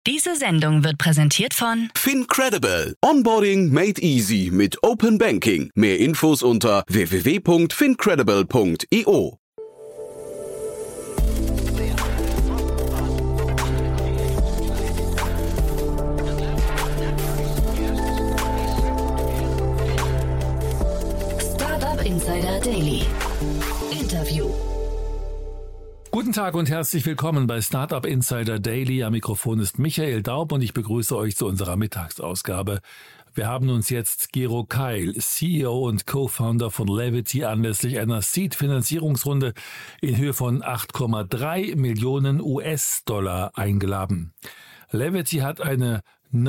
Diese Sendung wird präsentiert von FinCredible. Onboarding made easy mit Open Banking. Mehr Infos unter www.fincredible.io. Startup Insider Daily. Interview. Guten Tag und herzlich willkommen bei Startup Insider Daily. Am Mikrofon ist Michael Daub und ich begrüße euch zu unserer Mittagsausgabe. Wir haben uns jetzt Gero Keil, CEO und Co-Founder von Levity, anlässlich einer Seed-Finanzierungsrunde in Höhe von 8,3 Millionen US-Dollar eingeladen. Levity hat eine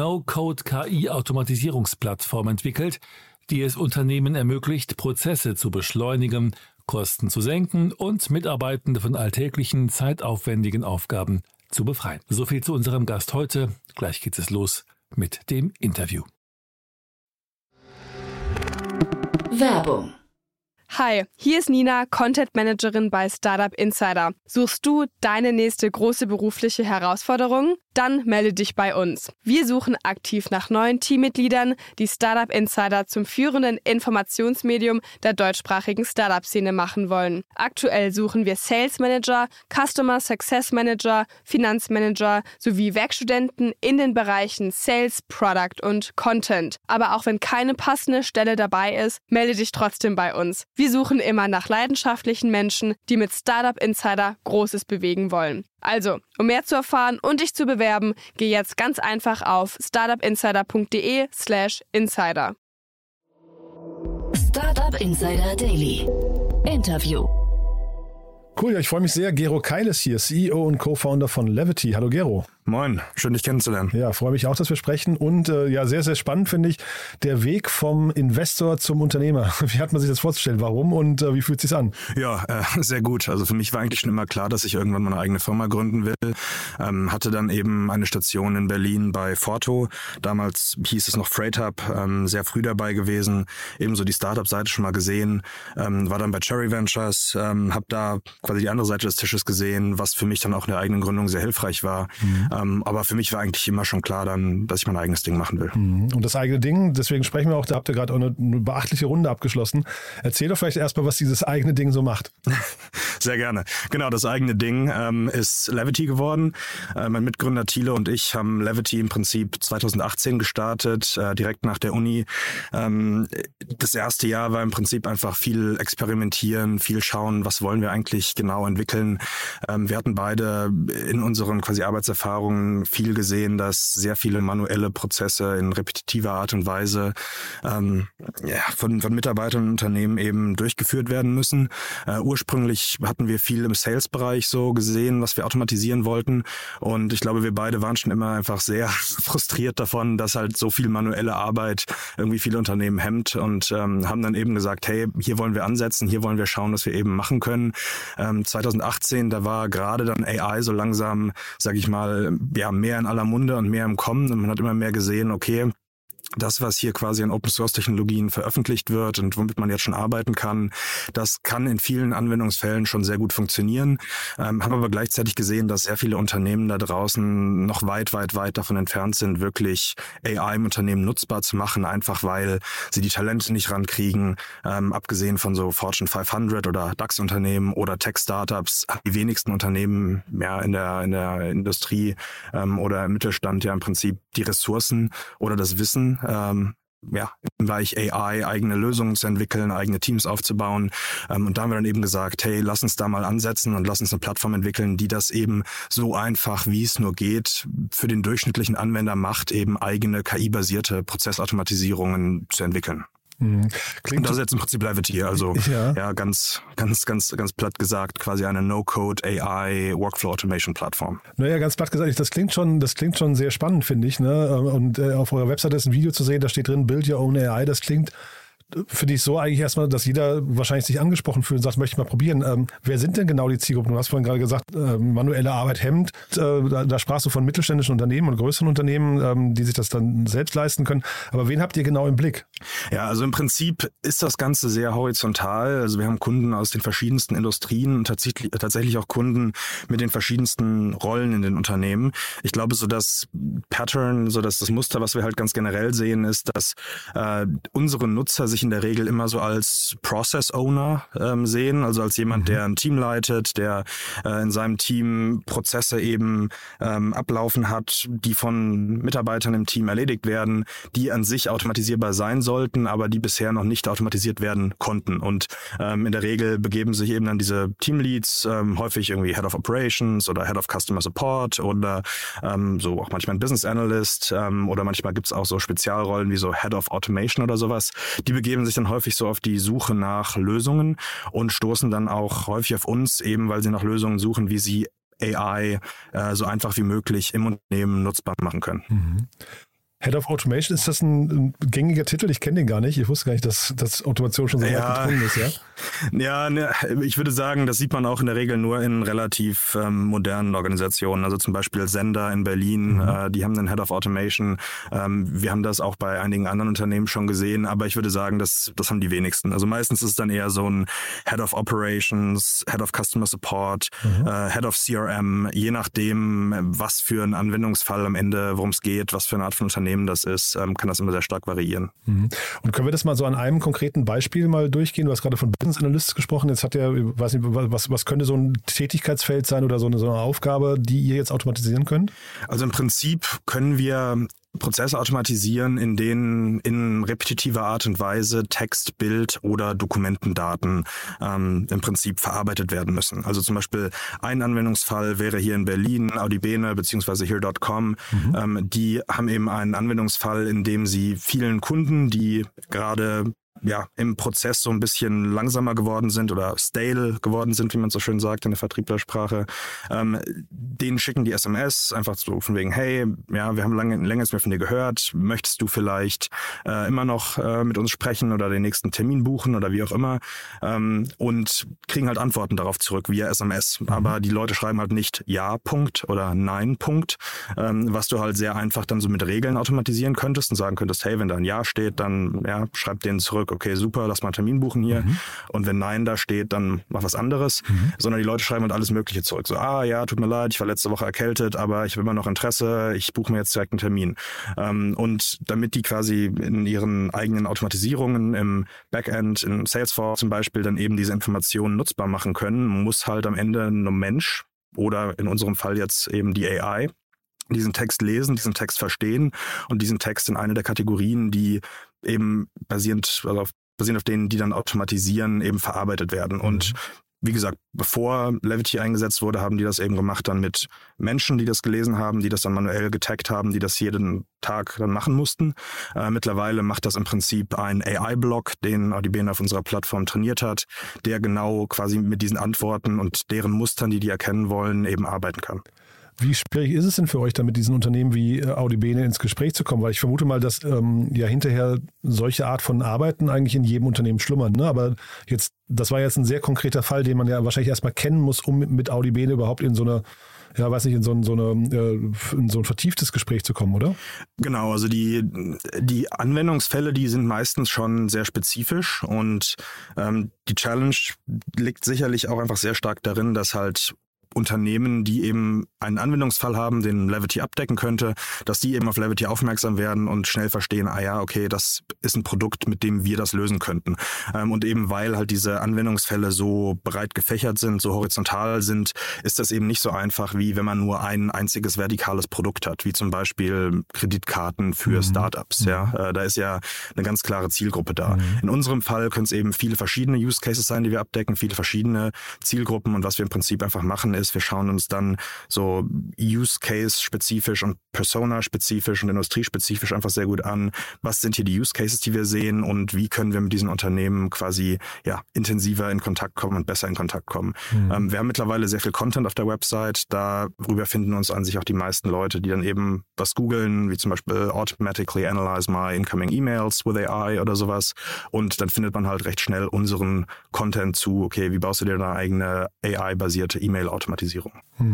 No-Code-KI-Automatisierungsplattform entwickelt, die es Unternehmen ermöglicht, Prozesse zu beschleunigen, Kosten zu senken und Mitarbeitende von alltäglichen, zeitaufwendigen Aufgaben zu befreien. So viel zu unserem Gast heute. Gleich geht es los mit dem Interview. Werbung. Hi, hier ist Nina, Content Managerin bei Startup Insider. Suchst du deine nächste große berufliche Herausforderung? Dann melde dich bei uns. Wir suchen aktiv nach neuen Teammitgliedern, die Startup Insider zum führenden Informationsmedium der deutschsprachigen Startup-Szene machen wollen. Aktuell suchen wir Sales Manager, Customer Success Manager, Finanzmanager sowie Werkstudenten in den Bereichen Sales, Product und Content. Aber auch wenn keine passende Stelle dabei ist, melde dich trotzdem bei uns. Wir suchen immer nach leidenschaftlichen Menschen, die mit Startup Insider Großes bewegen wollen. Also, um mehr zu erfahren und dich zu bewerben, geh jetzt ganz einfach auf startupinsider.de/insider. Startup Insider Daily. Interview. Cool, ja, ich freue mich sehr. Gero Keil ist hier, CEO und Co-Founder von Levity. Hallo Gero. Moin, schön dich kennenzulernen. Ja, freue mich auch, dass wir sprechen und ja, sehr, sehr spannend finde ich der Weg vom Investor zum Unternehmer. Wie hat man sich das vorzustellen? Warum und wie fühlt es sich an? Ja, sehr gut. Also für mich war eigentlich schon immer klar, dass ich irgendwann mal eine eigene Firma gründen will. Hatte dann eben eine Station in Berlin bei Forto. Damals hieß es noch Freight Hub, sehr früh dabei gewesen. Ebenso die Startup-Seite schon mal gesehen. War dann bei Cherry Ventures, habe da quasi die andere Seite des Tisches gesehen, was für mich dann auch in der eigenen Gründung sehr hilfreich war. Aber für mich war eigentlich immer schon klar dann, dass ich mein eigenes Ding machen will. Und das eigene Ding, deswegen sprechen wir auch, da habt ihr gerade auch eine beachtliche Runde abgeschlossen. Erzähl doch vielleicht erstmal, was dieses eigene Ding so macht. Sehr gerne. Genau, das eigene Ding ist Levity geworden. Mein Mitgründer Thiele und ich haben Levity im Prinzip 2018 gestartet, direkt nach der Uni. Das erste Jahr war im Prinzip einfach viel experimentieren, viel schauen, was wollen wir eigentlich genau entwickeln. Wir hatten beide in unseren quasi Arbeitserfahrungen viel gesehen, dass sehr viele manuelle Prozesse in repetitiver Art und Weise von Mitarbeitern und Unternehmen eben durchgeführt werden müssen. Ursprünglich hatten wir viel im Sales-Bereich so gesehen, was wir automatisieren wollten. Und ich glaube, wir beide waren schon immer einfach sehr frustriert davon, dass halt so viel manuelle Arbeit irgendwie viele Unternehmen hemmt und haben dann eben gesagt, hey, hier wollen wir ansetzen, hier wollen wir schauen, was wir eben machen können. 2018, da war gerade dann AI so langsam, sag ich mal, ja, mehr in aller Munde und mehr im Kommen und man hat immer mehr gesehen, okay, das, was hier quasi an Open-Source-Technologien veröffentlicht wird und womit man jetzt schon arbeiten kann, das kann in vielen Anwendungsfällen schon sehr gut funktionieren. Haben aber gleichzeitig gesehen, dass sehr viele Unternehmen da draußen noch weit davon entfernt sind, wirklich AI im Unternehmen nutzbar zu machen, einfach weil sie die Talente nicht rankriegen. Abgesehen von so Fortune 500 oder DAX-Unternehmen oder Tech-Startups, die wenigsten Unternehmen ja in der Industrie oder im Mittelstand ja im Prinzip die Ressourcen oder das Wissen, im Bereich AI eigene Lösungen zu entwickeln, eigene Teams aufzubauen. Und da haben wir dann eben gesagt, hey, lass uns da mal ansetzen und lass uns eine Plattform entwickeln, die das eben so einfach, wie es nur geht, für den durchschnittlichen Anwender macht, eben eigene KI-basierte Prozessautomatisierungen zu entwickeln. Und das ist jetzt im Prinzip Levity, also ja, ganz platt gesagt, quasi eine No-Code AI Workflow Automation Plattform. Naja, ganz platt gesagt, das klingt schon sehr spannend, finde ich. Ne? Und auf eurer Webseite ist ein Video zu sehen, da steht drin, Build Your Own AI, das klingt finde ich so eigentlich erstmal, dass jeder wahrscheinlich sich angesprochen fühlt und sagt, möchte ich mal probieren. Wer sind denn genau die Zielgruppen? Du hast vorhin gerade gesagt, manuelle Arbeit hemmt. Da sprachst du von mittelständischen Unternehmen und größeren Unternehmen, die sich das dann selbst leisten können. Aber wen habt ihr genau im Blick? Ja, also im Prinzip ist das Ganze sehr horizontal. Also wir haben Kunden aus den verschiedensten Industrien und tatsächlich auch Kunden mit den verschiedensten Rollen in den Unternehmen. Ich glaube, so das Pattern, so das Muster, was wir halt ganz generell sehen, ist, dass unsere Nutzer sich in der Regel immer so als Process Owner sehen, also als jemand, der ein Team leitet, der in seinem Team Prozesse eben ablaufen hat, die von Mitarbeitern im Team erledigt werden, die an sich automatisierbar sein sollten, aber die bisher noch nicht automatisiert werden konnten. Und in der Regel begeben sich eben dann diese Teamleads, häufig irgendwie Head of Operations oder Head of Customer Support oder so auch manchmal ein Business Analyst oder manchmal gibt es auch so Spezialrollen wie so Head of Automation oder sowas. Die begeben sich dann häufig so auf die Suche nach Lösungen und stoßen dann auch häufig auf uns, eben weil sie nach Lösungen suchen, wie sie AI so einfach wie möglich im Unternehmen nutzbar machen können. Mhm. Head of Automation, ist das ein gängiger Titel? Ich kenne den gar nicht. Ich wusste gar nicht, dass Automation schon so weit getrunken ist, ja? Ja, ne, ich würde sagen, das sieht man auch in der Regel nur in relativ modernen Organisationen. Also zum Beispiel Sender in Berlin, die haben einen Head of Automation. Wir haben das auch bei einigen anderen Unternehmen schon gesehen, aber ich würde sagen, das haben die wenigsten. Also meistens ist es dann eher so ein Head of Operations, Head of Customer Support, Head of CRM, je nachdem, was für ein Anwendungsfall am Ende, worum es geht, was für eine Art von Unternehmen das ist, kann das immer sehr stark variieren. Und können wir das mal so an einem konkreten Beispiel mal durchgehen? Du hast gerade von Business Analysts gesprochen. Jetzt hat der, weiß nicht, was könnte so ein Tätigkeitsfeld sein oder so eine Aufgabe, die ihr jetzt automatisieren könnt? Also im Prinzip können wir Prozesse automatisieren, in denen in repetitiver Art und Weise Text, Bild oder Dokumentendaten im Prinzip verarbeitet werden müssen. Also zum Beispiel ein Anwendungsfall wäre hier in Berlin Audibene bzw. Here.com. Die haben eben einen Anwendungsfall, in dem sie vielen Kunden, die gerade im Prozess so ein bisschen langsamer geworden sind oder stale geworden sind, wie man so schön sagt in der Vertrieblersprache. Denen schicken die SMS einfach so von wegen, hey, ja, wir haben länger nichts mehr von dir gehört, möchtest du vielleicht immer noch mit uns sprechen oder den nächsten Termin buchen oder wie auch immer, und kriegen halt Antworten darauf zurück via SMS. Aber die Leute schreiben halt nicht Ja, Punkt oder Nein, Punkt, was du halt sehr einfach dann so mit Regeln automatisieren könntest und sagen könntest, hey, wenn da ein Ja steht, dann schreib denen zurück, okay, super, lass mal einen Termin buchen hier. Und wenn Nein da steht, dann mach was anderes. Sondern die Leute schreiben halt alles Mögliche zurück. So, ja, tut mir leid, ich war letzte Woche erkältet, aber ich habe immer noch Interesse, ich buche mir jetzt direkt einen Termin. Und damit die quasi in ihren eigenen Automatisierungen im Backend, in Salesforce zum Beispiel, dann eben diese Informationen nutzbar machen können, muss halt am Ende ein Mensch oder in unserem Fall jetzt eben die AI diesen Text lesen, diesen Text verstehen und diesen Text in eine der Kategorien, die eben basierend auf denen, die dann automatisieren, eben verarbeitet werden. Und wie gesagt, bevor Levity eingesetzt wurde, haben die das eben gemacht dann mit Menschen, die das gelesen haben, die das dann manuell getaggt haben, die das jeden Tag dann machen mussten. Mittlerweile macht das im Prinzip ein AI-Block, den Audibene auf unserer Plattform trainiert hat, der genau quasi mit diesen Antworten und deren Mustern, die erkennen wollen, eben arbeiten kann. Wie schwierig ist es denn für euch, da mit diesen Unternehmen wie Audibene ins Gespräch zu kommen? Weil ich vermute mal, dass hinterher solche Art von Arbeiten eigentlich in jedem Unternehmen schlummern. Ne? Aber das war jetzt ein sehr konkreter Fall, den man ja wahrscheinlich erstmal kennen muss, um mit Audibene überhaupt in so eine, in so ein vertieftes Gespräch zu kommen, oder? Genau, also die Anwendungsfälle, die sind meistens schon sehr spezifisch und die Challenge liegt sicherlich auch einfach sehr stark darin, dass halt Unternehmen, die eben einen Anwendungsfall haben, den Levity abdecken könnte, dass die eben auf Levity aufmerksam werden und schnell verstehen, okay, das ist ein Produkt, mit dem wir das lösen könnten. Und eben weil halt diese Anwendungsfälle so breit gefächert sind, so horizontal sind, ist das eben nicht so einfach, wie wenn man nur ein einziges vertikales Produkt hat, wie zum Beispiel Kreditkarten für Startups. Ja, da ist ja eine ganz klare Zielgruppe da. In unserem Fall können es eben viele verschiedene Use Cases sein, die wir abdecken, viele verschiedene Zielgruppen, und was wir im Prinzip einfach machen, ist, wir schauen uns dann so Use-Case-spezifisch und Persona-spezifisch und industriespezifisch einfach sehr gut an, was sind hier die Use-Cases, die wir sehen und wie können wir mit diesen Unternehmen quasi intensiver in Kontakt kommen und besser in Kontakt kommen. Wir haben mittlerweile sehr viel Content auf der Website, darüber finden uns an sich auch die meisten Leute, die dann eben was googeln, wie zum Beispiel automatically analyze my incoming emails with AI oder sowas und dann findet man halt recht schnell unseren Content zu, okay, wie baust du dir eine eigene AI-basierte E-Mail-Automatisierung?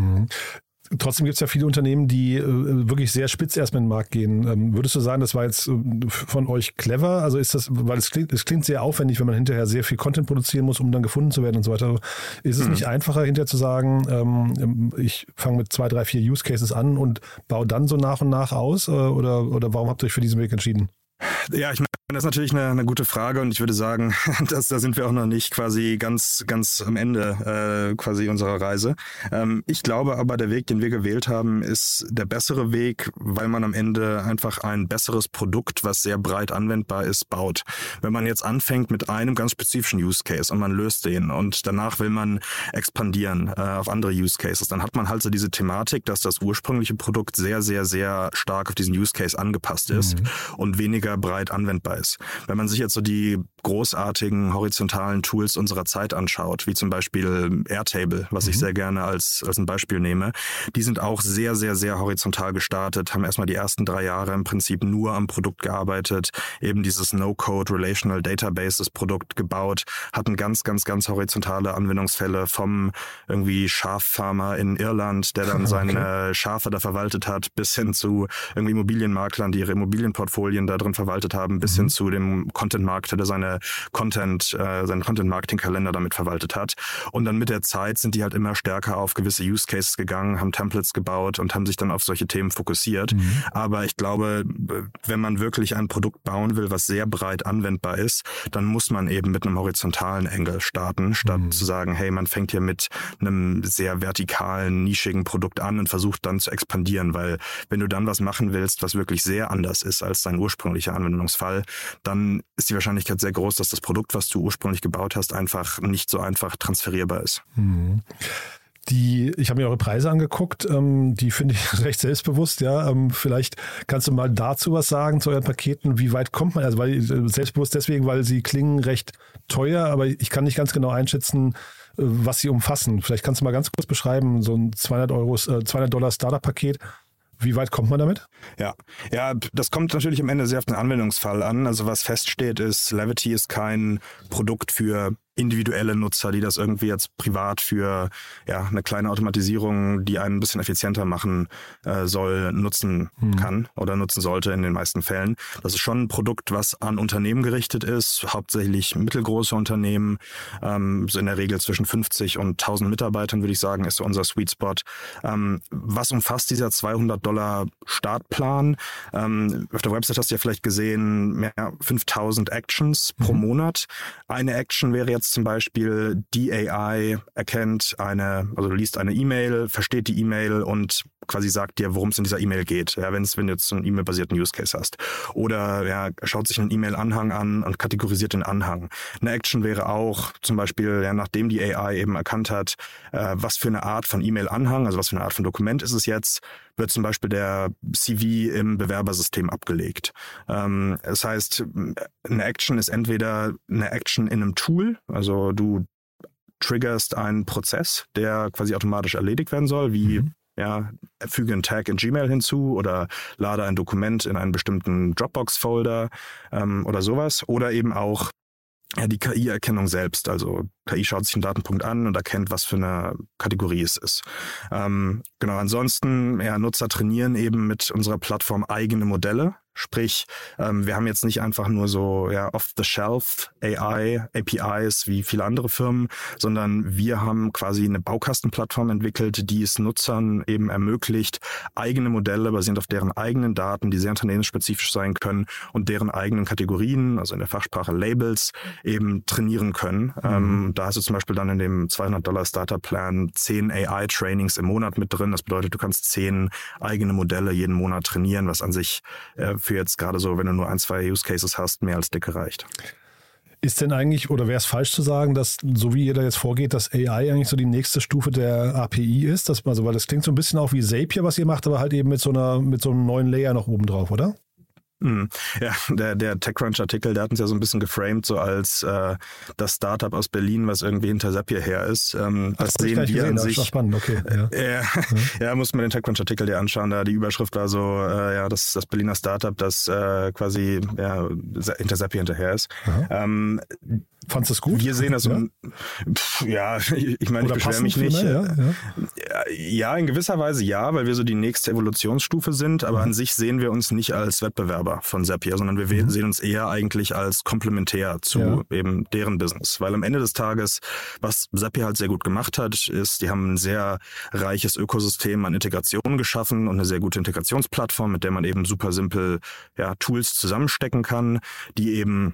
Trotzdem gibt es ja viele Unternehmen, die wirklich sehr spitz erstmal in den Markt gehen. Würdest du sagen, das war jetzt von euch clever? Also ist das, weil es klingt sehr aufwendig, wenn man hinterher sehr viel Content produzieren muss, um dann gefunden zu werden und so weiter. Ist es nicht einfacher, hinterher zu sagen, ich fange mit 2, 3, 4 Use Cases an und baue dann so nach und nach aus? Oder warum habt ihr euch für diesen Weg entschieden? Ja, ich meine, das ist natürlich eine gute Frage und ich würde sagen, da sind wir auch noch nicht quasi ganz am Ende quasi unserer Reise. Ich glaube aber, der Weg, den wir gewählt haben, ist der bessere Weg, weil man am Ende einfach ein besseres Produkt, was sehr breit anwendbar ist, baut. Wenn man jetzt anfängt mit einem ganz spezifischen Use Case und man löst den und danach will man expandieren auf andere Use Cases, dann hat man halt so diese Thematik, dass das ursprüngliche Produkt sehr, sehr, sehr stark auf diesen Use Case angepasst ist und weniger breit anwendbar ist. Wenn man sich jetzt so die großartigen horizontalen Tools unserer Zeit anschaut, wie zum Beispiel Airtable, was ich sehr gerne als ein Beispiel nehme, die sind auch sehr, sehr, sehr horizontal gestartet, haben erstmal die ersten 3 Jahre im Prinzip nur am Produkt gearbeitet, eben dieses No-Code Relational Database, das Produkt gebaut, hatten ganz, ganz, ganz horizontale Anwendungsfälle vom irgendwie Schaffarmer in Irland, der dann seine Schafe da verwaltet hat, bis hin zu irgendwie Immobilienmaklern, die ihre Immobilienportfolien da drin verwaltet haben, bis hin zu dem Content-Marketer, der seinen Content-Marketing-Kalender damit verwaltet hat. Und dann mit der Zeit sind die halt immer stärker auf gewisse Use-Cases gegangen, haben Templates gebaut und haben sich dann auf solche Themen fokussiert. Aber ich glaube, wenn man wirklich ein Produkt bauen will, was sehr breit anwendbar ist, dann muss man eben mit einem horizontalen Angle starten, statt zu sagen, hey, man fängt hier mit einem sehr vertikalen, nischigen Produkt an und versucht dann zu expandieren, weil wenn du dann was machen willst, was wirklich sehr anders ist als dein ursprünglicher Anwendungsfall, dann ist die Wahrscheinlichkeit sehr groß, dass das Produkt, was du ursprünglich gebaut hast, einfach nicht so einfach transferierbar ist. Ich habe mir eure Preise angeguckt, die finde ich recht selbstbewusst, ja. Vielleicht kannst du mal dazu was sagen, zu euren Paketen, wie weit kommt man, also weil selbstbewusst deswegen, weil sie klingen recht teuer, aber ich kann nicht ganz genau einschätzen, was sie umfassen. Vielleicht kannst du mal ganz kurz beschreiben, so ein $200 Startup-Paket. Wie weit kommt man damit? Ja, das kommt natürlich am Ende sehr auf den Anwendungsfall an. Also was feststeht ist, Levity ist kein Produkt für individuelle Nutzer, die das irgendwie jetzt privat für eine kleine Automatisierung, die einen ein bisschen effizienter machen soll, nutzen kann oder nutzen sollte in den meisten Fällen. Das ist schon ein Produkt, was an Unternehmen gerichtet ist, hauptsächlich mittelgroße Unternehmen, so in der Regel zwischen 50 und 1000 Mitarbeitern, würde ich sagen, ist so unser Sweet Spot. Was umfasst dieser $200 Startplan? Auf der Website hast du ja vielleicht gesehen, mehr 5000 Actions pro Monat. Eine Action wäre jetzt zum Beispiel, die AI erkennt du liest eine E-Mail, versteht die E-Mail und quasi sagt dir, worum es in dieser E-Mail geht, wenn du jetzt einen E-Mail-basierten Use Case hast. Oder schaut sich einen E-Mail-Anhang an und kategorisiert den Anhang. Eine Action wäre auch zum Beispiel, nachdem die AI eben erkannt hat, was für eine Art von E-Mail-Anhang, also was für eine Art von Dokument ist es jetzt, wird zum Beispiel der CV im Bewerbersystem abgelegt. Das heißt, eine Action ist entweder eine Action in einem Tool, also du triggerst einen Prozess, der quasi automatisch erledigt werden soll, wie füge einen Tag in Gmail hinzu oder lade ein Dokument in einen bestimmten Dropbox-Folder oder sowas. Oder eben auch die KI-Erkennung selbst. Also KI schaut sich einen Datenpunkt an und erkennt, was für eine Kategorie es ist. Ansonsten, Nutzer trainieren eben mit unserer Plattform eigene Modelle. Sprich, wir haben jetzt nicht einfach nur so off-the-shelf APIs wie viele andere Firmen, sondern wir haben quasi eine Baukastenplattform entwickelt, die es Nutzern eben ermöglicht, eigene Modelle basierend auf deren eigenen Daten, die sehr unternehmensspezifisch sein können und deren eigenen Kategorien, also in der Fachsprache Labels, eben trainieren können. Da hast du zum Beispiel dann in dem $200 Starter-Plan 10 AI-Trainings im Monat mit drin. Das bedeutet, du kannst 10 eigene Modelle jeden Monat trainieren, was an sich für jetzt gerade so, wenn du nur 1, 2 Use Cases hast, mehr als dicke reicht. Ist denn eigentlich, oder wäre es falsch zu sagen, dass, so wie ihr da jetzt vorgeht, dass AI eigentlich so die nächste Stufe der API ist? Weil das klingt so ein bisschen auch wie Zapier, was ihr macht, aber halt eben mit so einem neuen Layer noch oben drauf, oder? Ja, der TechCrunch-Artikel, der hat uns ja so ein bisschen geframed, so als das Startup aus Berlin, was irgendwie hinter Zapier her ist. Das sehen wir an sich. Das war spannend, okay. Ja, muss man den TechCrunch-Artikel dir anschauen. Da die Überschrift war so, das Berliner Startup, das quasi hinter Zapier hinterher ist. Fandst du es gut? Wir sehen das ich meine, ich beschwere mich nicht. Ja, in gewisser Weise ja, weil wir so die nächste Evolutionsstufe sind, aber an sich sehen wir uns nicht als Wettbewerber von Zapier, sondern wir sehen uns eher eigentlich als komplementär zu eben deren Business. Weil am Ende des Tages, was Zapier halt sehr gut gemacht hat, ist, die haben ein sehr reiches Ökosystem an Integrationen geschaffen und eine sehr gute Integrationsplattform, mit der man eben super simpel Tools zusammenstecken kann, die eben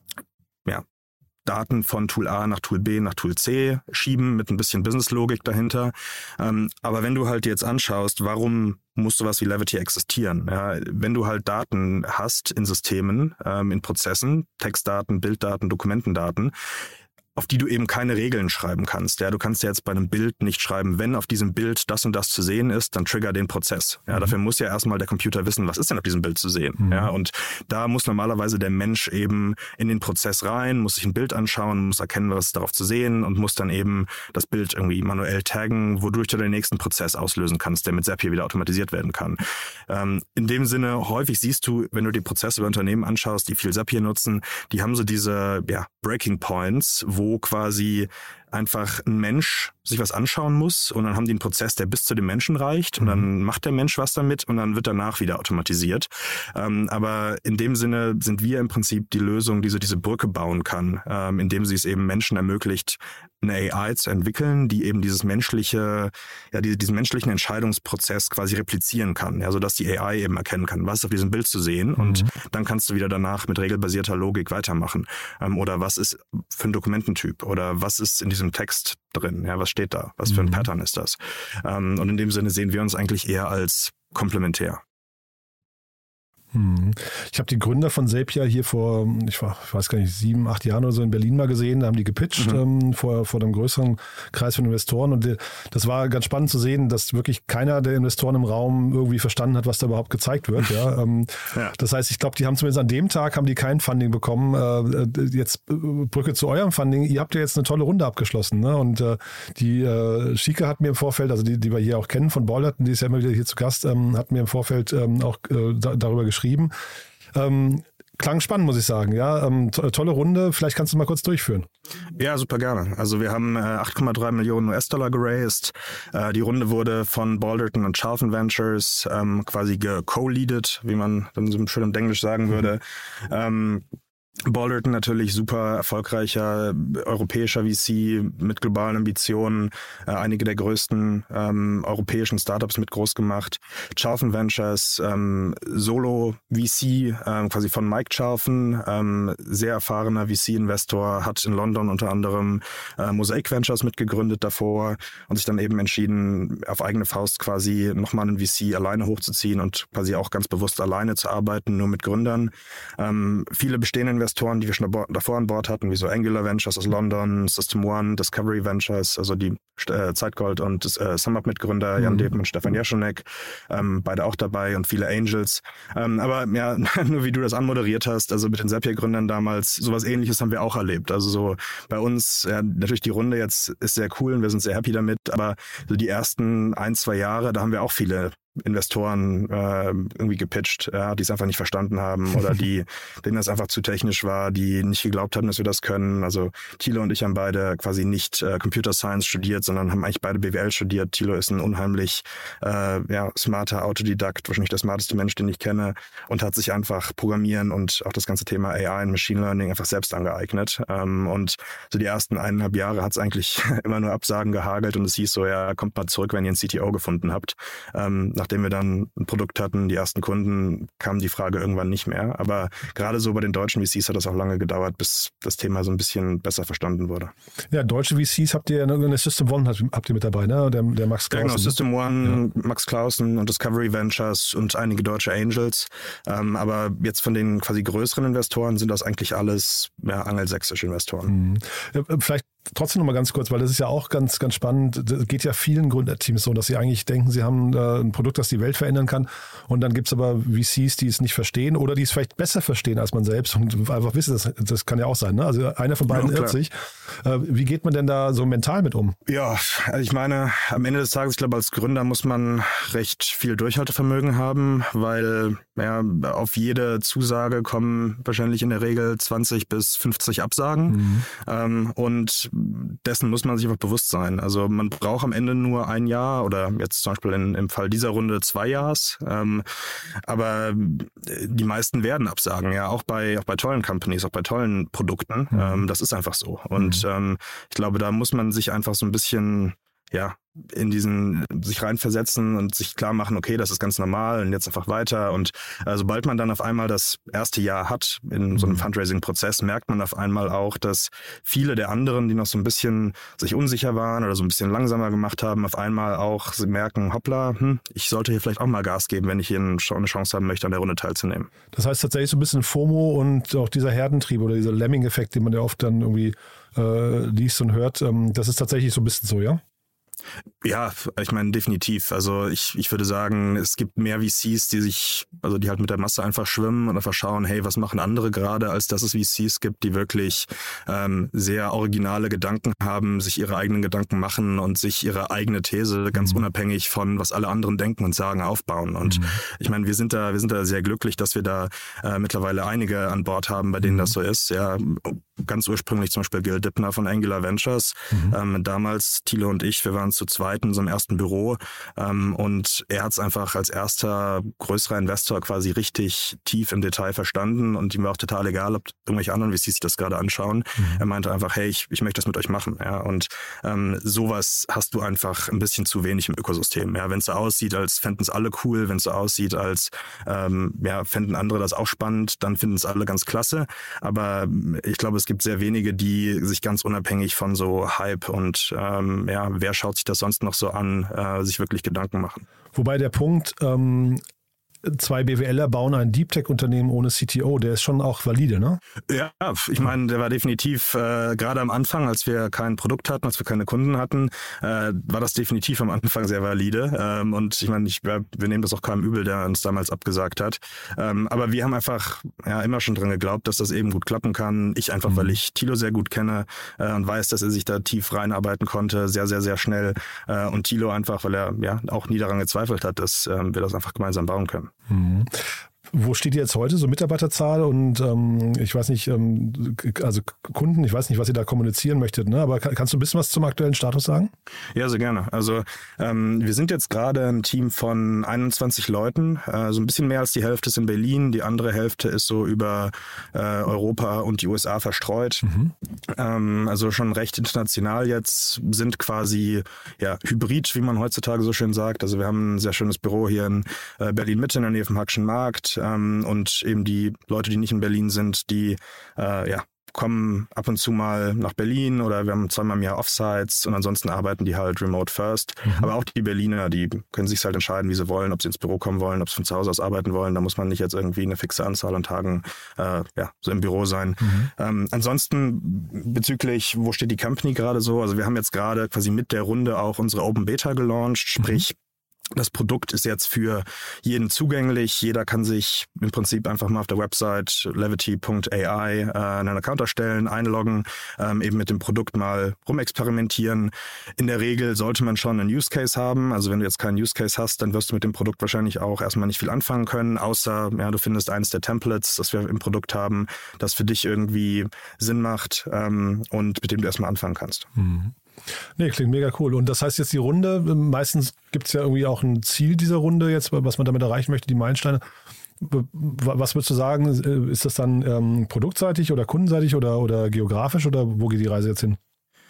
Daten von Tool A nach Tool B nach Tool C schieben mit ein bisschen Businesslogik dahinter. Aber wenn du halt jetzt anschaust, warum muss sowas wie Levity existieren? Ja, wenn du halt Daten hast in Systemen, in Prozessen, Textdaten, Bilddaten, Dokumentendaten, auf die du eben keine Regeln schreiben kannst. Ja, du kannst ja jetzt bei einem Bild nicht schreiben, wenn auf diesem Bild das und das zu sehen ist, dann trigger den Prozess. Ja, dafür muss ja erstmal der Computer wissen, was ist denn auf diesem Bild zu sehen. Ja, und da muss normalerweise der Mensch eben in den Prozess rein, muss sich ein Bild anschauen, muss erkennen, was ist darauf zu sehen und muss dann eben das Bild irgendwie manuell taggen, wodurch du den nächsten Prozess auslösen kannst, der mit Zapier wieder automatisiert werden kann. In dem Sinne, häufig siehst du, wenn du die Prozesse bei Unternehmen anschaust, die viel Zapier nutzen, die haben so diese Breaking Points, wo quasi einfach ein Mensch sich was anschauen muss und dann haben die einen Prozess, der bis zu dem Menschen reicht und dann macht der Mensch was damit und dann wird danach wieder automatisiert. Aber in dem Sinne sind wir im Prinzip die Lösung, die so diese Brücke bauen kann, indem sie es eben Menschen ermöglicht, eine AI zu entwickeln, die eben diesen menschlichen Entscheidungsprozess quasi replizieren kann, ja, sodass die AI eben erkennen kann, was ist auf diesem Bild zu sehen und dann kannst du wieder danach mit regelbasierter Logik weitermachen. Oder was ist für ein Dokumententyp oder was ist in diesem Text drin, ja, was steht da, was für ein Pattern ist das? Und in dem Sinne sehen wir uns eigentlich eher als komplementär. Ich habe die Gründer von Zapier hier vor, ich weiß gar nicht, 7, 8 Jahren oder so in Berlin mal gesehen. Da haben die gepitcht vor einem größeren Kreis von Investoren. Und das war ganz spannend zu sehen, dass wirklich keiner der Investoren im Raum irgendwie verstanden hat, was da überhaupt gezeigt wird. Ja. Das heißt, ich glaube, die haben zumindest an dem Tag haben die kein Funding bekommen. Jetzt Brücke zu eurem Funding. Ihr habt ja jetzt eine tolle Runde abgeschlossen. Ne? Und die Shika hat mir im Vorfeld, also die wir hier auch kennen von Balderton, die ist ja immer wieder hier zu Gast, hat mir im Vorfeld auch darüber geschrieben. Klang spannend, muss ich sagen. Ja, tolle Runde. Vielleicht kannst du mal kurz durchführen. Ja, super gerne. Also wir haben 8,3 Millionen US-Dollar geraced. Die Runde wurde von Balderton und Charlton Ventures quasi co-leadet, wie man dann so schön im Englisch sagen würde. Balderton natürlich super erfolgreicher europäischer VC mit globalen Ambitionen, einige der größten europäischen Startups mit groß gemacht. Charlton Ventures, Solo VC, quasi von Mike Charlton, sehr erfahrener VC-Investor, hat in London unter anderem Mosaic Ventures mitgegründet davor und sich dann eben entschieden, auf eigene Faust quasi nochmal einen VC alleine hochzuziehen und quasi auch ganz bewusst alleine zu arbeiten, nur mit Gründern. Viele bestehende Investoren, die wir schon davor an Bord hatten, wie so Angular Ventures aus London, System One, Discovery Ventures, also die Zeitgold und SumUp-Mitgründer Jan Deppen und Stefan Jeschonek, beide auch dabei und viele Angels. Aber ja, nur wie du das anmoderiert hast, also mit den Zapier-Gründern damals, sowas Ähnliches haben wir auch erlebt. Also so bei uns, ja, natürlich die Runde jetzt ist sehr cool und wir sind sehr happy damit, aber so die ersten 1-2 Jahre, da haben wir auch viele Investoren irgendwie gepitcht, ja, die es einfach nicht verstanden haben oder denen das einfach zu technisch war, die nicht geglaubt haben, dass wir das können. Also Thilo und ich haben beide quasi nicht Computer Science studiert, sondern haben eigentlich beide BWL studiert. Thilo ist ein unheimlich smarter Autodidakt, wahrscheinlich der smarteste Mensch, den ich kenne, und hat sich einfach Programmieren und auch das ganze Thema AI und Machine Learning einfach selbst angeeignet. Und so die ersten 1,5 Jahre hat es eigentlich immer nur Absagen gehagelt und es hieß so, ja, kommt mal zurück, wenn ihr einen CTO gefunden habt. nachdem wir dann ein Produkt hatten, die ersten Kunden, kam die Frage irgendwann nicht mehr. Aber gerade so bei den deutschen VCs hat das auch lange gedauert, bis das Thema so ein bisschen besser verstanden wurde. Ja, deutsche VCs habt ihr, eine System One habt ihr mit dabei, ne? Der Max Clausen. Ja, genau, System One, ja. Max Clausen und Discovery Ventures und einige deutsche Angels. Aber jetzt von den quasi größeren Investoren sind das eigentlich alles angelsächsische Investoren. Vielleicht trotzdem noch mal ganz kurz, weil das ist ja auch ganz, ganz spannend. Das geht ja vielen Gründerteams so, dass sie eigentlich denken, sie haben ein Produkt, das die Welt verändern kann. Und dann gibt es aber VCs, die es nicht verstehen oder die es vielleicht besser verstehen als man selbst und einfach wissen, das kann ja auch sein. Ne? Also einer von beiden irrt sich. Wie geht man denn da so mental mit um? Ja, also ich meine, am Ende des Tages, ich glaube, als Gründer muss man recht viel Durchhaltevermögen haben, weil auf jede Zusage kommen wahrscheinlich in der Regel 20 bis 50 Absagen. Und dessen muss man sich einfach bewusst sein. Also man braucht am Ende nur ein Jahr oder jetzt zum Beispiel im Fall dieser Runde 2 Jahres. Aber die meisten werden absagen, ja, auch bei tollen Companies, auch bei tollen Produkten. Das ist einfach so. Und ich glaube, da muss man sich einfach so ein bisschen in sich reinversetzen und sich klar machen, okay, das ist ganz normal und jetzt einfach weiter. Und sobald man dann auf einmal das erste Jahr hat in so einem Fundraising-Prozess, merkt man auf einmal auch, dass viele der anderen, die noch so ein bisschen sich unsicher waren oder so ein bisschen langsamer gemacht haben, auf einmal auch merken, hoppla, ich sollte hier vielleicht auch mal Gas geben, wenn ich hier eine Chance haben möchte, an der Runde teilzunehmen. Das heißt tatsächlich so ein bisschen FOMO und auch dieser Herdentrieb oder dieser Lemming-Effekt, den man ja oft dann irgendwie liest und hört, das ist tatsächlich so ein bisschen so, ja? Ja, ich meine definitiv. Also ich würde sagen, es gibt mehr VCs, die halt mit der Masse einfach schwimmen und einfach schauen, hey, was machen andere gerade, als dass es VCs gibt, die wirklich sehr originale Gedanken haben, sich ihre eigenen Gedanken machen und sich ihre eigene These ganz unabhängig von was alle anderen denken und sagen aufbauen. Und ich meine, wir sind da sehr glücklich, dass wir da mittlerweile einige an Bord haben, bei denen das so ist. Ja, ganz ursprünglich zum Beispiel Gil Dibner von Angular Ventures. Damals Thilo und ich, wir waren zu zweit in so einem ersten Büro und er hat es einfach als erster größerer Investor quasi richtig tief im Detail verstanden und ihm war auch total egal, ob irgendwelche anderen VCs sich das gerade anschauen. Er meinte einfach, hey, ich möchte das mit euch machen. Ja, und sowas hast du einfach ein bisschen zu wenig im Ökosystem. Ja, wenn es so aussieht, als fänden es alle cool, wenn es so aussieht, als fänden andere das auch spannend, dann finden es alle ganz klasse. Aber ich glaube, es gibt sehr wenige, die sich ganz unabhängig von so Hype und wer schaut sich das sonst noch so an, sich wirklich Gedanken machen. Wobei der Punkt, 2 BWLer bauen ein Deep Tech-Unternehmen ohne CTO, der ist schon auch valide, ne? Ja, ich meine, der war definitiv, gerade am Anfang, als wir kein Produkt hatten, als wir keine Kunden hatten, war das definitiv am Anfang sehr valide. Und ich meine, wir nehmen das auch keinem übel, der uns damals abgesagt hat. Aber wir haben einfach immer schon dran geglaubt, dass das eben gut klappen kann. Ich einfach, weil ich Thilo sehr gut kenne und weiß, dass er sich da tief reinarbeiten konnte, sehr, sehr, sehr schnell. Und Thilo einfach, weil er auch nie daran gezweifelt hat, dass wir das einfach gemeinsam bauen können. Wo steht ihr jetzt heute, so Mitarbeiterzahl und ich weiß nicht, also Kunden, ich weiß nicht, was ihr da kommunizieren möchtet, ne? Aber kannst du ein bisschen was zum aktuellen Status sagen? Ja, sehr gerne. Also wir sind jetzt gerade ein Team von 21 Leuten, so ein bisschen mehr als die Hälfte ist in Berlin, die andere Hälfte ist so über Europa und die USA verstreut. Also schon recht international jetzt, sind quasi hybrid, wie man heutzutage so schön sagt. Also wir haben ein sehr schönes Büro hier in Berlin-Mitte in der Nähe vom Hackschen Markt. Und eben die Leute, die nicht in Berlin sind, die kommen ab und zu mal nach Berlin oder wir haben 2-mal im Jahr Offsites und ansonsten arbeiten die halt remote first. Aber auch die Berliner, die können sich halt entscheiden, wie sie wollen, ob sie ins Büro kommen wollen, ob sie von zu Hause aus arbeiten wollen. Da muss man nicht jetzt irgendwie eine fixe Anzahl an Tagen so im Büro sein. Ansonsten bezüglich, wo steht die Company gerade so? Also wir haben jetzt gerade quasi mit der Runde auch unsere Open Beta gelauncht, sprich das Produkt ist jetzt für jeden zugänglich. Jeder kann sich im Prinzip einfach mal auf der Website levity.ai einen Account erstellen, einloggen, eben mit dem Produkt mal rumexperimentieren. In der Regel sollte man schon einen Use Case haben. Also wenn du jetzt keinen Use Case hast, dann wirst du mit dem Produkt wahrscheinlich auch erstmal nicht viel anfangen können, außer du findest eines der Templates, das wir im Produkt haben, das für dich irgendwie Sinn macht und mit dem du erstmal anfangen kannst. Nee, klingt mega cool. Und das heißt jetzt die Runde, meistens gibt es ja irgendwie auch ein Ziel dieser Runde jetzt, was man damit erreichen möchte, die Meilensteine. Was würdest du sagen, ist das dann produktseitig oder kundenseitig oder geografisch oder wo geht die Reise jetzt hin?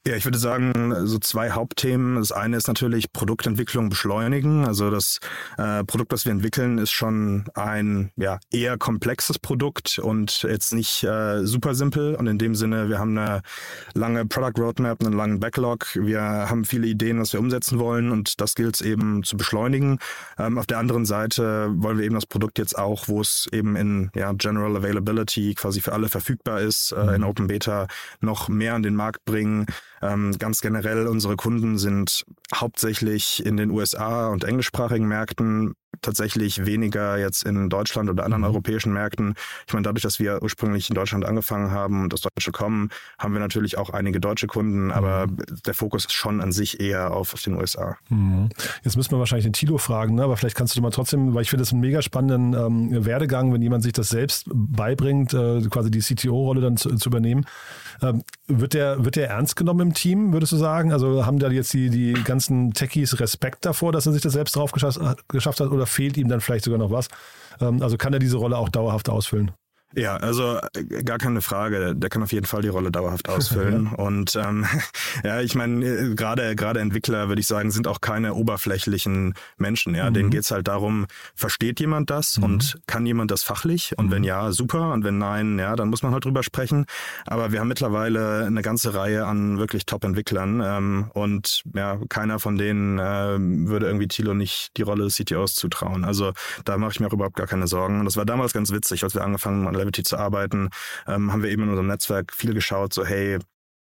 Ja, ich würde sagen, so 2 Hauptthemen. Das eine ist natürlich Produktentwicklung beschleunigen. Also das Produkt, das wir entwickeln, ist schon ein eher komplexes Produkt und jetzt nicht super simpel. Und in dem Sinne, wir haben eine lange Product Roadmap, einen langen Backlog. Wir haben viele Ideen, was wir umsetzen wollen und das gilt es eben zu beschleunigen. Auf der anderen Seite wollen wir eben das Produkt jetzt auch, wo es eben in General Availability quasi für alle verfügbar ist, in Open Beta noch mehr an den Markt bringen. Ganz generell, unsere Kunden sind hauptsächlich in den USA und englischsprachigen Märkten, tatsächlich weniger jetzt in Deutschland oder anderen europäischen Märkten. Ich meine, dadurch, dass wir ursprünglich in Deutschland angefangen haben und das Deutsche kommen, haben wir natürlich auch einige deutsche Kunden, aber der Fokus ist schon an sich eher auf den USA. Jetzt müssen wir wahrscheinlich den Thilo fragen, ne? Aber vielleicht kannst du mal trotzdem, weil ich finde das einen mega spannenden Werdegang, wenn jemand sich das selbst beibringt, quasi die CTO-Rolle dann zu übernehmen. Wird der ernst genommen im Team, würdest du sagen? Also haben da jetzt die ganzen Techies Respekt davor, dass er sich das selbst drauf geschafft hat, oder fehlt ihm dann vielleicht sogar noch was? Also kann er diese Rolle auch dauerhaft ausfüllen? Ja, also gar keine Frage. Der kann auf jeden Fall die Rolle dauerhaft ausfüllen. Ja. Und ich meine, gerade Entwickler, würde ich sagen, sind auch keine oberflächlichen Menschen. Ja, denen geht's halt darum, versteht jemand das und kann jemand das fachlich? Und wenn ja, super. Und wenn nein, dann muss man halt drüber sprechen. Aber wir haben mittlerweile eine ganze Reihe an wirklich Top-Entwicklern. Und keiner von denen würde irgendwie Thilo nicht die Rolle des CTOs zutrauen. Also da mache ich mir auch überhaupt gar keine Sorgen. Und das war damals ganz witzig, als wir angefangen haben, Levity zu arbeiten, haben wir eben in unserem Netzwerk viel geschaut, so hey,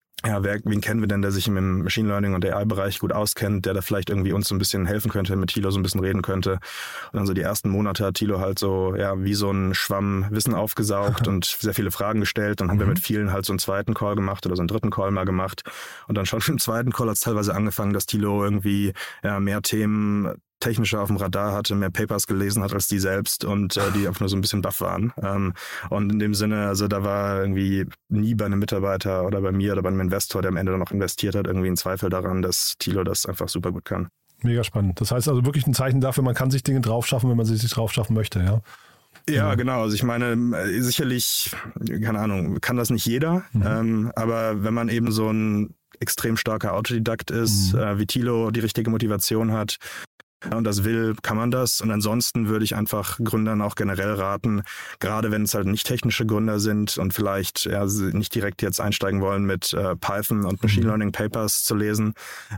wen kennen wir denn, der sich im Machine Learning und AI-Bereich gut auskennt, der da vielleicht irgendwie uns so ein bisschen helfen könnte, mit Thilo so ein bisschen reden könnte. Und dann so die ersten Monate hat Thilo halt so, wie so ein Schwamm Wissen aufgesaugt und sehr viele Fragen gestellt. Dann haben wir mit vielen halt so einen zweiten Call gemacht oder so einen dritten Call mal gemacht. Und dann schon im zweiten Call hat es teilweise angefangen, dass Thilo irgendwie mehr Themen technischer auf dem Radar hatte, mehr Papers gelesen hat als die selbst und die einfach nur so ein bisschen baff waren. Und in dem Sinne, also da war irgendwie nie bei einem Mitarbeiter oder bei mir oder bei einem Investor, der am Ende dann noch investiert hat, irgendwie ein Zweifel daran, dass Thilo das einfach super gut kann. Mega spannend. Das heißt also wirklich ein Zeichen dafür, man kann sich Dinge drauf schaffen, wenn man sie sich drauf schaffen möchte, ja? Ja, genau. Also ich meine, sicherlich, keine Ahnung, kann das nicht jeder, aber wenn man eben so ein extrem starker Autodidakt ist, wie Thilo die richtige Motivation hat, und das will, kann man das. Und ansonsten würde ich einfach Gründern auch generell raten, gerade wenn es halt nicht technische Gründer sind und vielleicht nicht direkt jetzt einsteigen wollen mit Python und Machine Learning Papers zu lesen,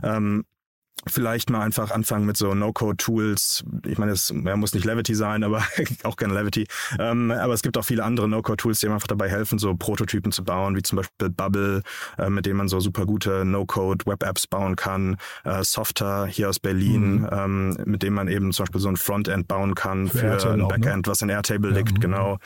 vielleicht mal einfach anfangen mit so No-Code-Tools. Ich meine, es muss nicht Levity sein, aber auch gerne Levity. Aber es gibt auch viele andere No-Code-Tools, die einfach dabei helfen, so Prototypen zu bauen, wie zum Beispiel Bubble, mit dem man so super gute No-Code-Web-Apps bauen kann. Softer hier aus Berlin, mit dem man eben zum Beispiel so ein Frontend bauen kann für ein Backend, was in Airtable liegt, genau.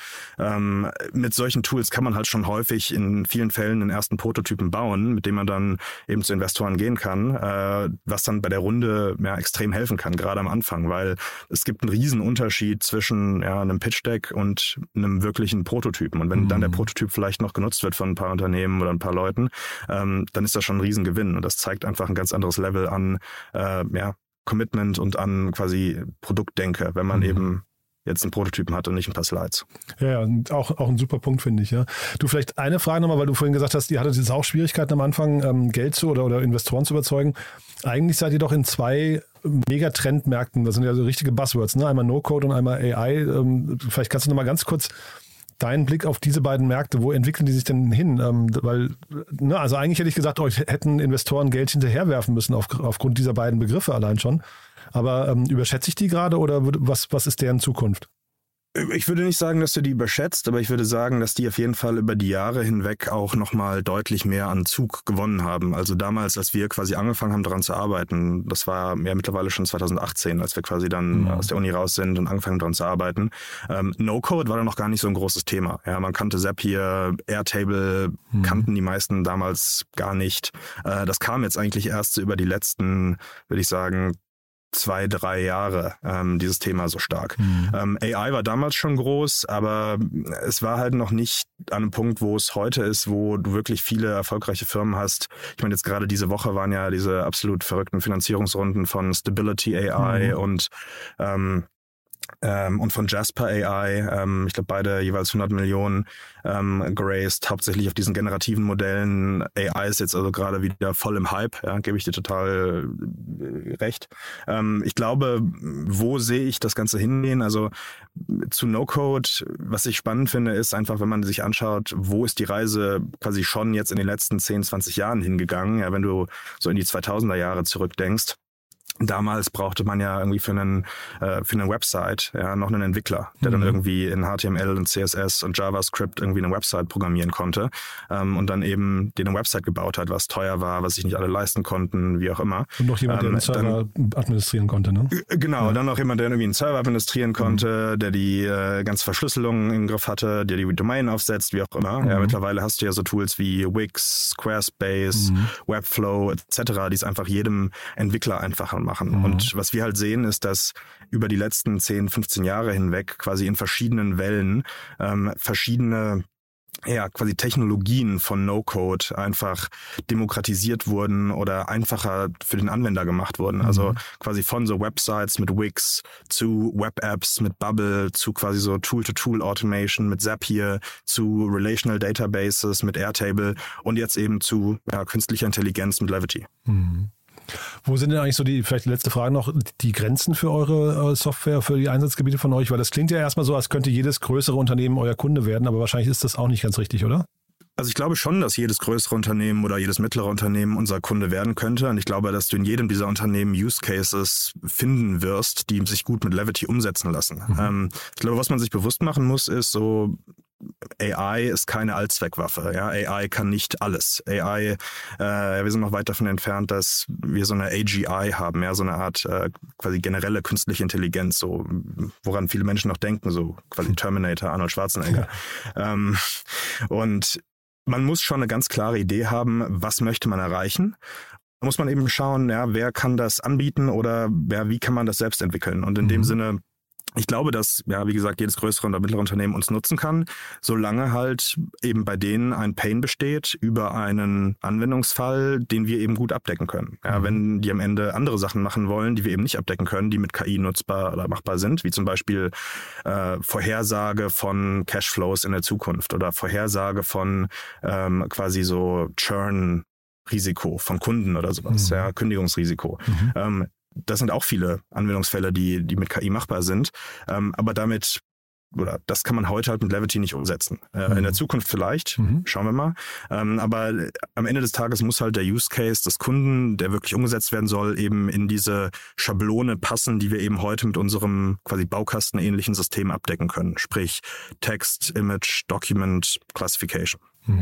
Mit solchen Tools kann man halt schon häufig in vielen Fällen den ersten Prototypen bauen, mit dem man dann eben zu Investoren gehen kann, was dann bei der Runde extrem helfen kann, gerade am Anfang, weil es gibt einen riesen Unterschied zwischen einem Pitch-Deck und einem wirklichen Prototypen. Und wenn dann der Prototyp vielleicht noch genutzt wird von ein paar Unternehmen oder ein paar Leuten, dann ist das schon ein Riesengewinn. Und das zeigt einfach ein ganz anderes Level an Commitment und an quasi Produktdenke, wenn man eben jetzt einen Prototypen hat und nicht ein paar Slides. Ja, auch ein super Punkt, finde ich. Ja. Du, vielleicht eine Frage nochmal, weil du vorhin gesagt hast, ihr hattet jetzt auch Schwierigkeiten am Anfang, Geld oder Investoren zu überzeugen. Eigentlich seid ihr doch in 2 Megatrendmärkten, das sind ja so richtige Buzzwords, ne? Einmal No-Code und einmal AI. Vielleicht kannst du nochmal ganz kurz deinen Blick auf diese beiden Märkte, wo entwickeln die sich denn hin? Also eigentlich hätte ich gesagt, euch hätten Investoren Geld hinterherwerfen müssen aufgrund dieser beiden Begriffe allein schon. Aber überschätze ich die gerade oder was ist deren Zukunft? Ich würde nicht sagen, dass du die überschätzt, aber ich würde sagen, dass die auf jeden Fall über die Jahre hinweg auch nochmal deutlich mehr an Zug gewonnen haben. Also damals, als wir quasi angefangen haben, daran zu arbeiten, das war ja mittlerweile schon 2018, als wir quasi dann aus der Uni raus sind und angefangen daran zu arbeiten. No-Code war da noch gar nicht so ein großes Thema. Ja, man kannte Zapier, Airtable, kannten die meisten damals gar nicht. Das kam jetzt eigentlich erst so über die letzten, würde ich sagen, 2-3 Jahre dieses Thema so stark. AI war damals schon groß, aber es war halt noch nicht an einem Punkt, wo es heute ist, wo du wirklich viele erfolgreiche Firmen hast. Ich meine, jetzt gerade diese Woche waren ja diese absolut verrückten Finanzierungsrunden von Stability AI und und von Jasper AI, ich glaube beide jeweils 100 Millionen geraced, hauptsächlich auf diesen generativen Modellen. AI ist jetzt also gerade wieder voll im Hype, ja, gebe ich dir total recht. Ich glaube, wo sehe ich das Ganze hingehen? Also zu No-Code, was ich spannend finde, ist einfach, wenn man sich anschaut, wo ist die Reise quasi schon jetzt in den letzten 10, 20 Jahren hingegangen, ja, wenn du so in die 2000er Jahre zurückdenkst. Damals brauchte man ja irgendwie für eine Website noch einen Entwickler, der dann irgendwie in HTML und CSS und JavaScript irgendwie eine Website programmieren konnte und dann eben eine Website gebaut hat, was teuer war, was sich nicht alle leisten konnten, wie auch immer. Und noch jemand, der einen Server administrieren konnte, ne? Genau, dann noch jemand, der irgendwie einen Server administrieren konnte, der die ganze Verschlüsselung im Griff hatte, der die Domain aufsetzt, wie auch immer. Ja, mittlerweile hast du ja so Tools wie Wix, Squarespace, Webflow etc., die es einfach jedem Entwickler einfacher machen. Und was wir halt sehen, ist, dass über die letzten 10, 15 Jahre hinweg quasi in verschiedenen Wellen verschiedene quasi Technologien von No-Code einfach demokratisiert wurden oder einfacher für den Anwender gemacht wurden. Also quasi von so Websites mit Wix zu Web-Apps mit Bubble zu quasi so Tool-to-Tool-Automation mit Zapier zu Relational Databases mit Airtable und jetzt eben zu künstlicher Intelligenz mit Levity. Wo sind denn eigentlich so vielleicht die letzte Frage noch, die Grenzen für eure Software, für die Einsatzgebiete von euch? Weil das klingt ja erstmal so, als könnte jedes größere Unternehmen euer Kunde werden, aber wahrscheinlich ist das auch nicht ganz richtig, oder? Also ich glaube schon, dass jedes größere Unternehmen oder jedes mittlere Unternehmen unser Kunde werden könnte. Und ich glaube, dass du in jedem dieser Unternehmen Use Cases finden wirst, die sich gut mit Levity umsetzen lassen. Ich glaube, was man sich bewusst machen muss, ist so, AI ist keine Allzweckwaffe. Ja? AI kann nicht alles. AI, wir sind noch weit davon entfernt, dass wir so eine AGI haben, ja, so eine Art quasi generelle künstliche Intelligenz, so woran viele Menschen noch denken, so quasi Terminator, Arnold Schwarzenegger. Und man muss schon eine ganz klare Idee haben, was möchte man erreichen. Da muss man eben schauen, wer kann das anbieten oder wie kann man das selbst entwickeln. Und in dem Sinne, ich glaube, dass, wie gesagt, jedes größere oder mittlere Unternehmen uns nutzen kann, solange halt eben bei denen ein Pain besteht über einen Anwendungsfall, den wir eben gut abdecken können. Ja, wenn die am Ende andere Sachen machen wollen, die wir eben nicht abdecken können, die mit KI nutzbar oder machbar sind, wie zum Beispiel Vorhersage von Cashflows in der Zukunft oder Vorhersage von quasi so Churn-Risiko von Kunden oder sowas, Kündigungsrisiko. Das sind auch viele Anwendungsfälle, die mit KI machbar sind. Aber das kann man heute halt mit Levity nicht umsetzen. In der Zukunft vielleicht, schauen wir mal. Aber am Ende des Tages muss halt der Use Case des Kunden, der wirklich umgesetzt werden soll, eben in diese Schablone passen, die wir eben heute mit unserem quasi baukastenähnlichen System abdecken können. Sprich Text, Image, Document, Classification.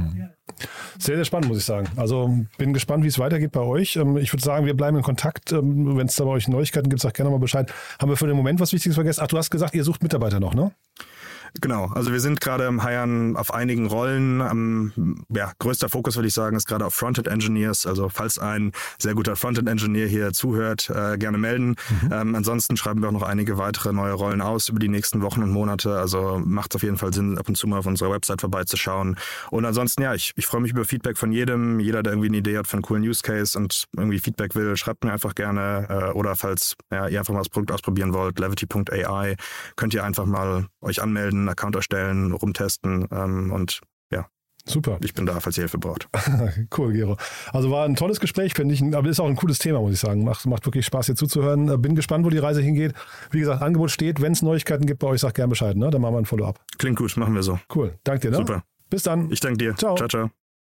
Sehr, sehr spannend, muss ich sagen. Also bin gespannt, wie es weitergeht bei euch. Ich würde sagen, wir bleiben in Kontakt. Wenn es da bei euch Neuigkeiten gibt, sag gerne mal Bescheid. Haben wir für den Moment was Wichtiges vergessen? Ach, du hast gesagt, ihr sucht Mitarbeiter noch, ne? Genau, also wir sind gerade im Hiren auf einigen Rollen. Größter Fokus, würde ich sagen, ist gerade auf Frontend-Engineers. Also falls ein sehr guter Frontend-Engineer hier zuhört, gerne melden. Ansonsten schreiben wir auch noch einige weitere neue Rollen aus über die nächsten Wochen und Monate. Also macht es auf jeden Fall Sinn, ab und zu mal auf unserer Website vorbeizuschauen. Und ansonsten, ich freue mich über Feedback von jedem. Jeder, der irgendwie eine Idee hat für einen coolen Use Case und irgendwie Feedback will, schreibt mir einfach gerne. Oder falls ihr einfach mal das Produkt ausprobieren wollt, levity.ai, könnt ihr einfach mal euch anmelden, einen Account erstellen, rumtesten und super. Ich bin da, falls ihr Hilfe braucht. Cool, Gero. Also war ein tolles Gespräch, finde ich, aber ist auch ein cooles Thema, muss ich sagen. Macht wirklich Spaß, hier zuzuhören. Bin gespannt, wo die Reise hingeht. Wie gesagt, Angebot steht. Wenn es Neuigkeiten gibt bei euch, sagt gerne Bescheid, ne? Dann machen wir ein Follow-up. Klingt gut, machen wir so. Cool, danke dir. Ne? Super. Bis dann. Ich danke dir. Ciao. Ciao, ciao.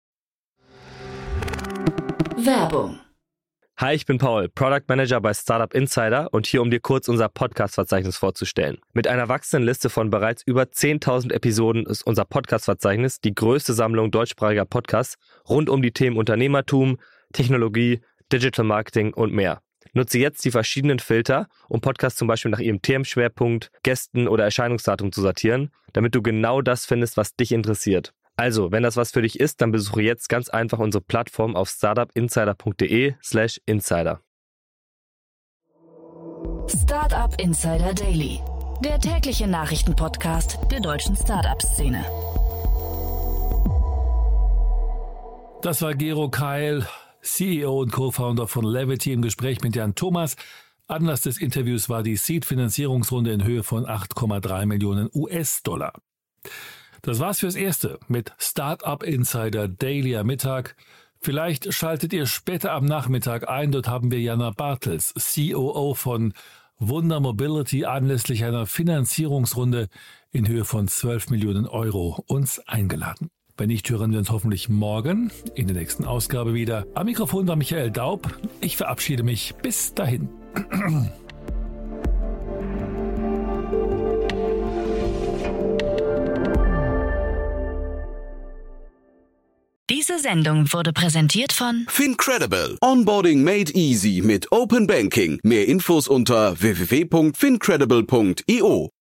Werbung. Hi, ich bin Paul, Product Manager bei Startup Insider und hier, um dir kurz unser Podcast-Verzeichnis vorzustellen. Mit einer wachsenden Liste von bereits über 10.000 Episoden ist unser Podcast-Verzeichnis die größte Sammlung deutschsprachiger Podcasts rund um die Themen Unternehmertum, Technologie, Digital Marketing und mehr. Nutze jetzt die verschiedenen Filter, um Podcasts zum Beispiel nach ihrem Themenschwerpunkt, Gästen oder Erscheinungsdatum zu sortieren, damit du genau das findest, was dich interessiert. Also, wenn das was für dich ist, dann besuche jetzt ganz einfach unsere Plattform auf startupinsider.de/insider. Startup Insider Daily, der tägliche Nachrichtenpodcast der deutschen Startup-Szene. Das war Gero Keil, CEO und Co-Founder von Levity, im Gespräch mit Jan Thomas. Anlass des Interviews war die Seed-Finanzierungsrunde in Höhe von 8,3 Millionen US-Dollar. Das war's fürs Erste mit Startup Insider Daily am Mittag. Vielleicht schaltet ihr später am Nachmittag ein. Dort haben wir Jana Bartels, COO von Wunder Mobility, anlässlich einer Finanzierungsrunde in Höhe von 12 Millionen Euro uns eingeladen. Wenn nicht, hören wir uns hoffentlich morgen in der nächsten Ausgabe wieder. Am Mikrofon war Michael Daub. Ich verabschiede mich. Bis dahin. Diese Sendung wurde präsentiert von Fincredible. Onboarding made easy mit Open Banking. Mehr Infos unter www.fincredible.io.